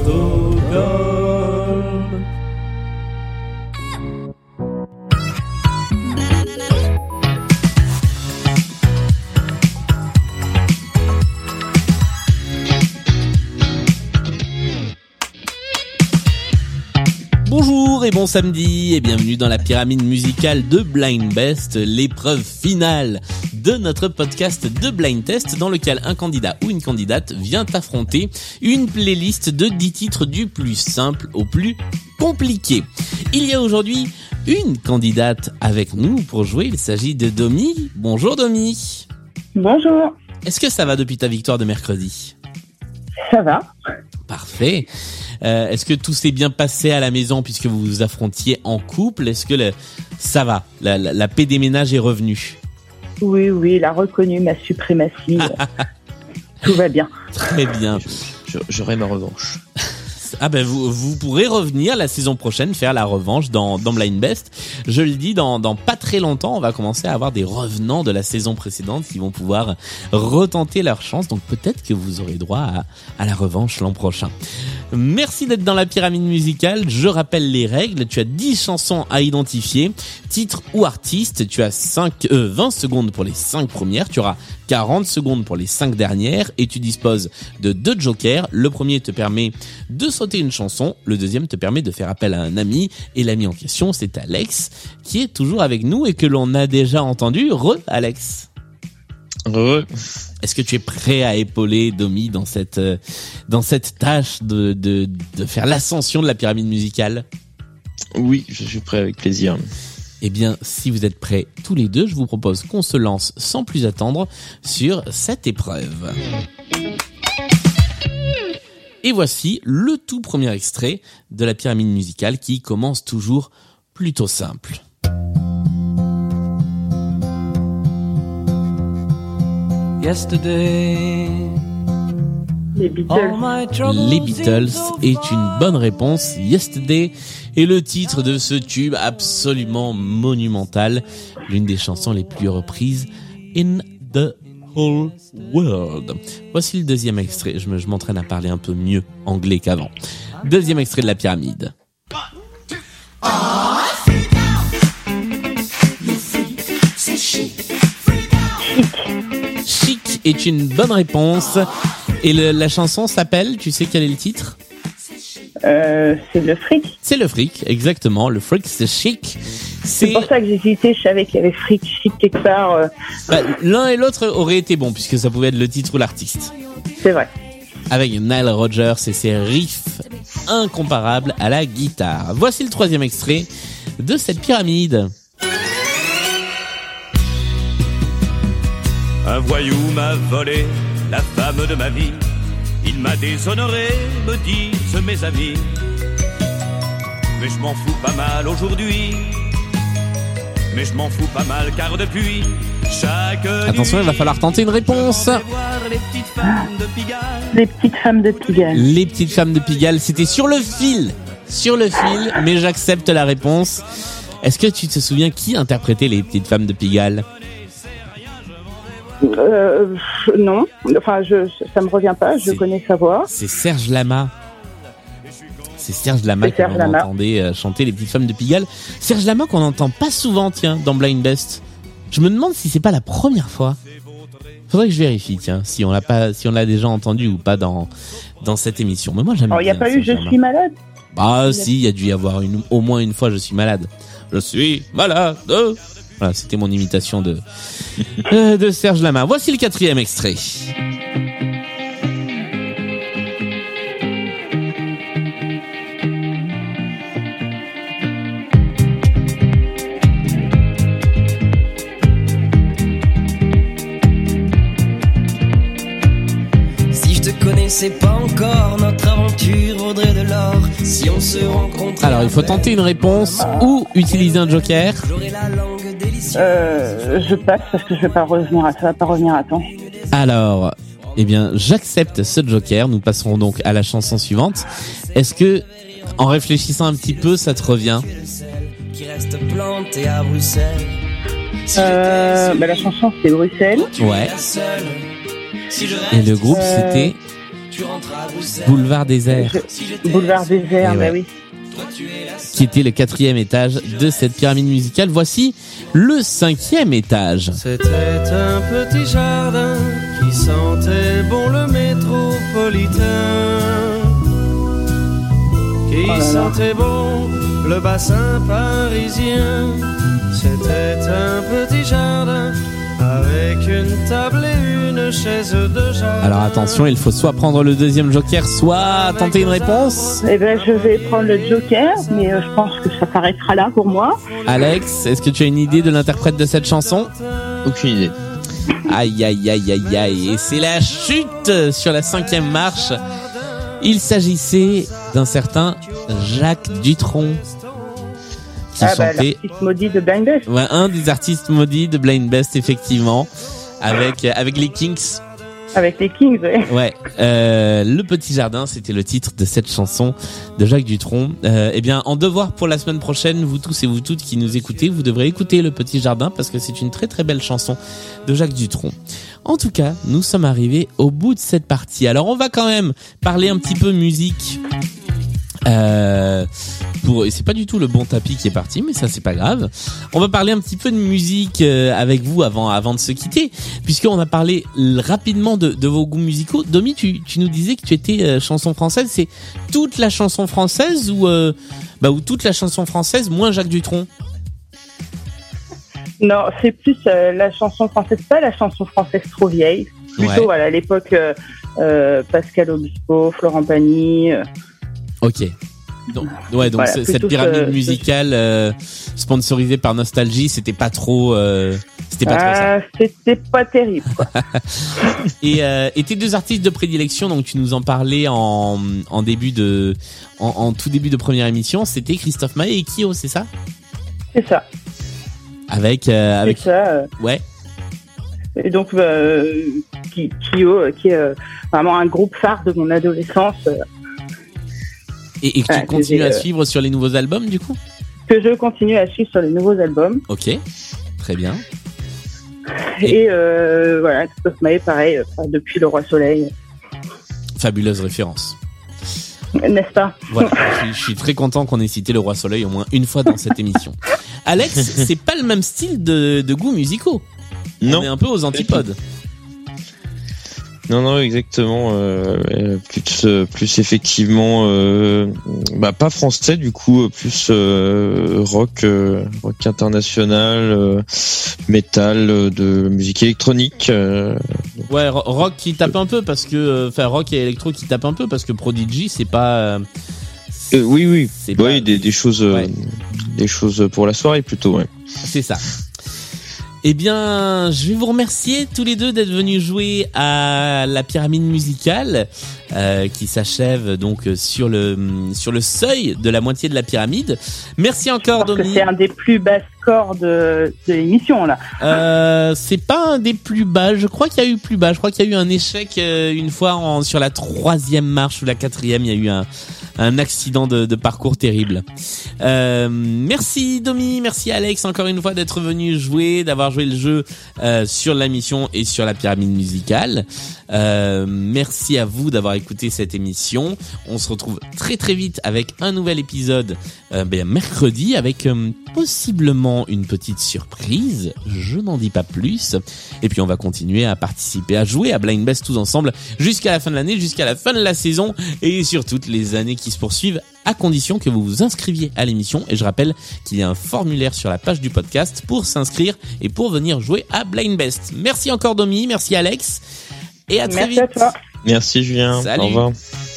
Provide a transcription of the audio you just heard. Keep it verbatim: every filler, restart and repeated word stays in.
Stockholm. Bonjour et bon samedi et bienvenue dans la pyramide musicale de Blind Best, l'épreuve finale de notre podcast de Blind Test dans lequel un candidat ou une candidate vient affronter une playlist de dix titres du plus simple au plus compliqué. Il y a aujourd'hui une candidate avec nous pour jouer, il s'agit de Domi. Bonjour Domi. Bonjour. Est-ce que ça va depuis ta victoire de mercredi ? Ça va. Parfait. Euh, est-ce que tout s'est bien passé à la maison puisque vous vous affrontiez en couple ? Est-ce que le, ça va ? La, la, la paix des ménages est revenue ? Oui, oui, il a reconnu ma suprématie. Tout va bien. Très bien. Je, je, j'aurai ma revanche. Ah ben vous vous pourrez revenir la saison prochaine faire la revanche dans dans Blind Best. Je le dis, dans dans pas très longtemps, on va commencer à avoir des revenants de la saison précédente qui vont pouvoir retenter leur chance. Donc peut-être que vous aurez droit à à la revanche l'an prochain. Merci d'être dans la pyramide musicale. Je rappelle les règles. Tu as dix chansons à identifier, titre ou artiste. Tu as cinq, euh, vingt secondes pour les cinq premières. Tu auras quarante secondes pour les cinq dernières et tu disposes de deux jokers. Le premier te permet de sauter une chanson. Le deuxième te permet de faire appel à un ami. Et l'ami en question, c'est Alex, qui est toujours avec nous et que l'on a déjà entendu. Re, Alex. Re. Est-ce que tu es prêt à épauler Domi dans cette euh, dans cette tâche de de de faire l'ascension de la pyramide musicale ? Oui, je suis prêt avec plaisir. Eh bien, si vous êtes prêts tous les deux, je vous propose qu'on se lance sans plus attendre sur cette épreuve. Et voici le tout premier extrait de la pyramide musicale qui commence toujours plutôt simple. Yesterday, Les Beatles. Les Beatles est une bonne réponse. Yesterday est le titre de ce tube absolument monumental, l'une des chansons les plus reprises in the whole world. Voici le deuxième extrait. Je, me, je m'entraîne à parler un peu mieux anglais qu'avant. Deuxième extrait de la pyramide. Chic est une bonne réponse. Et le, la chanson s'appelle, tu sais quel est le titre ? Euh, c'est le fric. C'est le fric, exactement. Le fric, c'est chic. C'est, C'est pour ça que j'hésitais. Je savais qu'il y avait fric, chic quelque part. Euh, bah, l'un et l'autre auraient été bons puisque ça pouvait être le titre ou l'artiste. c'est vrai. Avec Nile Rodgers et ses riffs incomparables à la guitare. Voici le troisième extrait de cette pyramide. Un voyou m'a volé la femme de ma vie. Il m'a déshonoré, me disent mes amis. Mais je m'en fous pas mal aujourd'hui. Mais je m'en fous pas mal car depuis chaque Attention, nuit, il va falloir tenter une réponse. je vais voir les petites femmes de Pigalle. Les petites femmes de Pigalle. Les petites femmes de Pigalle, c'était sur le fil. Sur le fil, mais j'accepte la réponse. Est-ce que tu te souviens qui interprétait les petites femmes de Pigalle ? Euh, non. Enfin, je, ça me revient pas. Je C'est- connais sa voix. C'est Serge Lama. C'est Serge Lama C'est que Serge l'on Lama. entendait euh, chanter les petites femmes de Pigalle. Serge Lama qu'on n'entend pas souvent, tiens, dans Blind Best. Je me demande si c'est pas la première fois. Faudrait que je vérifie, tiens, si on l'a pas, si on l'a déjà entendu ou pas dans dans cette émission. Mais moi j'aime Alors, il n'y bien. a pas eu Serge Je Lama. suis malade. Bah si, il y a dû y avoir une, au moins une fois Je suis malade. Je suis malade. Voilà, c'était mon imitation de euh, de Serge Lama. Voici le quatrième extrait. Si je te connaissais pas encore, notre aventure vaudrait de l'or. Si on se rencontrait. Alors, il faut tenter une réponse ou utiliser un joker. J'aurais la langue délicieuse. Euh, je passe parce que je vais pas revenir à ça. Va pas revenir à temps. Alors, eh bien, j'accepte ce joker. Nous passerons donc à la chanson suivante. Est-ce que, en réfléchissant un petit peu, ça te revient ? Qui reste planté à Bruxelles. Euh, bah, la chanson c'est Bruxelles. Ouais. Et le groupe, Euh, c'était tu rentres à Bruxelles. Boulevard Désert, Je- Boulevard Désert, Eh bah ouais. oui. Toi, tu es la qui était le quatrième étage de cette pyramide musicale. Voici le cinquième étage. C'était un petit jardin qui sentait bon le métropolitain, qui Oh là là. sentait bon le bassin parisien. C'était un petit jardin avec une table et une chaise de jardin. Alors attention, il faut soit prendre le deuxième joker, soit tenter une réponse. Eh ben, je vais prendre le Joker, mais euh, je pense que ça s'arrêtera là pour moi. Alex, est-ce que tu as une idée de l'interprète de cette chanson? Aucune idée. Aïe aïe aïe aïe aïe. Et c'est la chute sur la cinquième marche. Il s'agissait d'un certain Jacques Dutronc qui Ah bah, chantait l'artiste maudit de Blind Best. ouais, un des artistes maudits de Blind Best, effectivement, avec avec les Kinks. Avec les Kings, ouais. Ouais, euh, Le Petit Jardin, c'était le titre de cette chanson de Jacques Dutronc. Euh, eh bien, en devoir pour la semaine prochaine, vous tous et vous toutes qui nous écoutez, vous devrez écouter Le Petit Jardin parce que c'est une très très belle chanson de Jacques Dutronc. En tout cas, nous sommes arrivés au bout de cette partie. Alors, on va quand même parler un petit peu musique. Euh, pour, et c'est pas du tout le bon tapis qui est parti, mais ça c'est pas grave. On va parler un petit peu de musique euh, avec vous avant avant de se quitter, puisqu'on a parlé l- rapidement de, de vos goûts musicaux. Domi, tu, tu nous disais que tu étais euh, chanson française. C'est toute la chanson française ou euh, bah ou toute la chanson française moins Jacques Dutronc? Non, c'est plus euh, la chanson française, pas la chanson française trop vieille. Plutôt, Ouais. voilà, à l'époque, euh, euh, Pascal Obispo, Florent Pagny. euh, Ok. Donc, ouais, donc Voilà, ce- plutôt cette pyramide ce- musicale euh, sponsorisée par Nostalgie, c'était pas trop, euh, c'était pas trop ça. Ah, c'était pas terrible, quoi. Et, euh, et tes deux artistes de prédilection, donc tu nous en parlais en, en début de, en, en tout début de première émission, c'était Christophe Maé et Kyo, c'est ça? C'est ça. Avec, euh, avec, C'est ça. euh, ouais. Et donc, euh, Ki- Kyo, euh, qui est euh, vraiment un groupe phare de mon adolescence, euh, Et, et que tu Ah, que continues j'ai, à euh, suivre sur les nouveaux albums, du coup? que je continue à suivre sur les nouveaux albums. Ok. Très bien. Et- Et, euh, voilà, Christophe Maé, pareil, euh, depuis Le Roi Soleil, Fabuleuse référence. n'est-ce pas? Voilà. je, suis, je suis très content qu'on ait cité Le Roi Soleil au moins une fois dans cette émission. Alex, c'est pas le même style de, de goûts musicaux. Non. On est un peu aux antipodes. Non, non, exactement. Euh, euh, plus, euh, plus effectivement, euh, bah pas français du coup, euh, plus euh, rock, euh, rock international, euh, métal, euh, de musique électronique. Euh, Ouais, ro- rock qui tape un peu parce que, enfin, rock et électro qui tape un peu parce que Prodigy, c'est pas. euh, euh, oui, oui, C'est oui, pas- des, des choses, euh, Ouais. des choses pour la soirée plutôt. Ouais. C'est ça. Eh bien, je vais vous remercier tous les deux d'être venus jouer à la pyramide musicale euh, qui s'achève donc sur le sur le seuil de la moitié de la pyramide. Merci encore, Parce que Domi. c'est un des plus bas scores de, de l'émission, là. Euh, c'est pas un des plus bas. Je crois qu'il y a eu plus bas. Je crois qu'il y a eu un échec euh, une fois en, sur la troisième marche ou la quatrième. Il y a eu un un accident de, de parcours terrible. Euh, merci Domi, merci Alex encore une fois d'être venu jouer, d'avoir joué le jeu euh, sur la mission et sur la pyramide musicale. Euh, merci à vous d'avoir écouté cette émission. On se retrouve très très vite avec un nouvel épisode euh, ben, mercredi avec euh, possiblement une petite surprise. Je n'en dis pas plus. Et puis on va continuer à participer, à jouer à Blind Best tous ensemble jusqu'à la fin de l'année, jusqu'à la fin de la saison et sur toutes les années qui se poursuivent, à condition que vous vous inscriviez à l'émission. Et je rappelle qu'il y a un formulaire sur la page du podcast pour s'inscrire et pour venir jouer à Blind Best. Merci encore Domi, merci Alex et à très Merci à vite. toi. Merci Julien. Salut. Au revoir.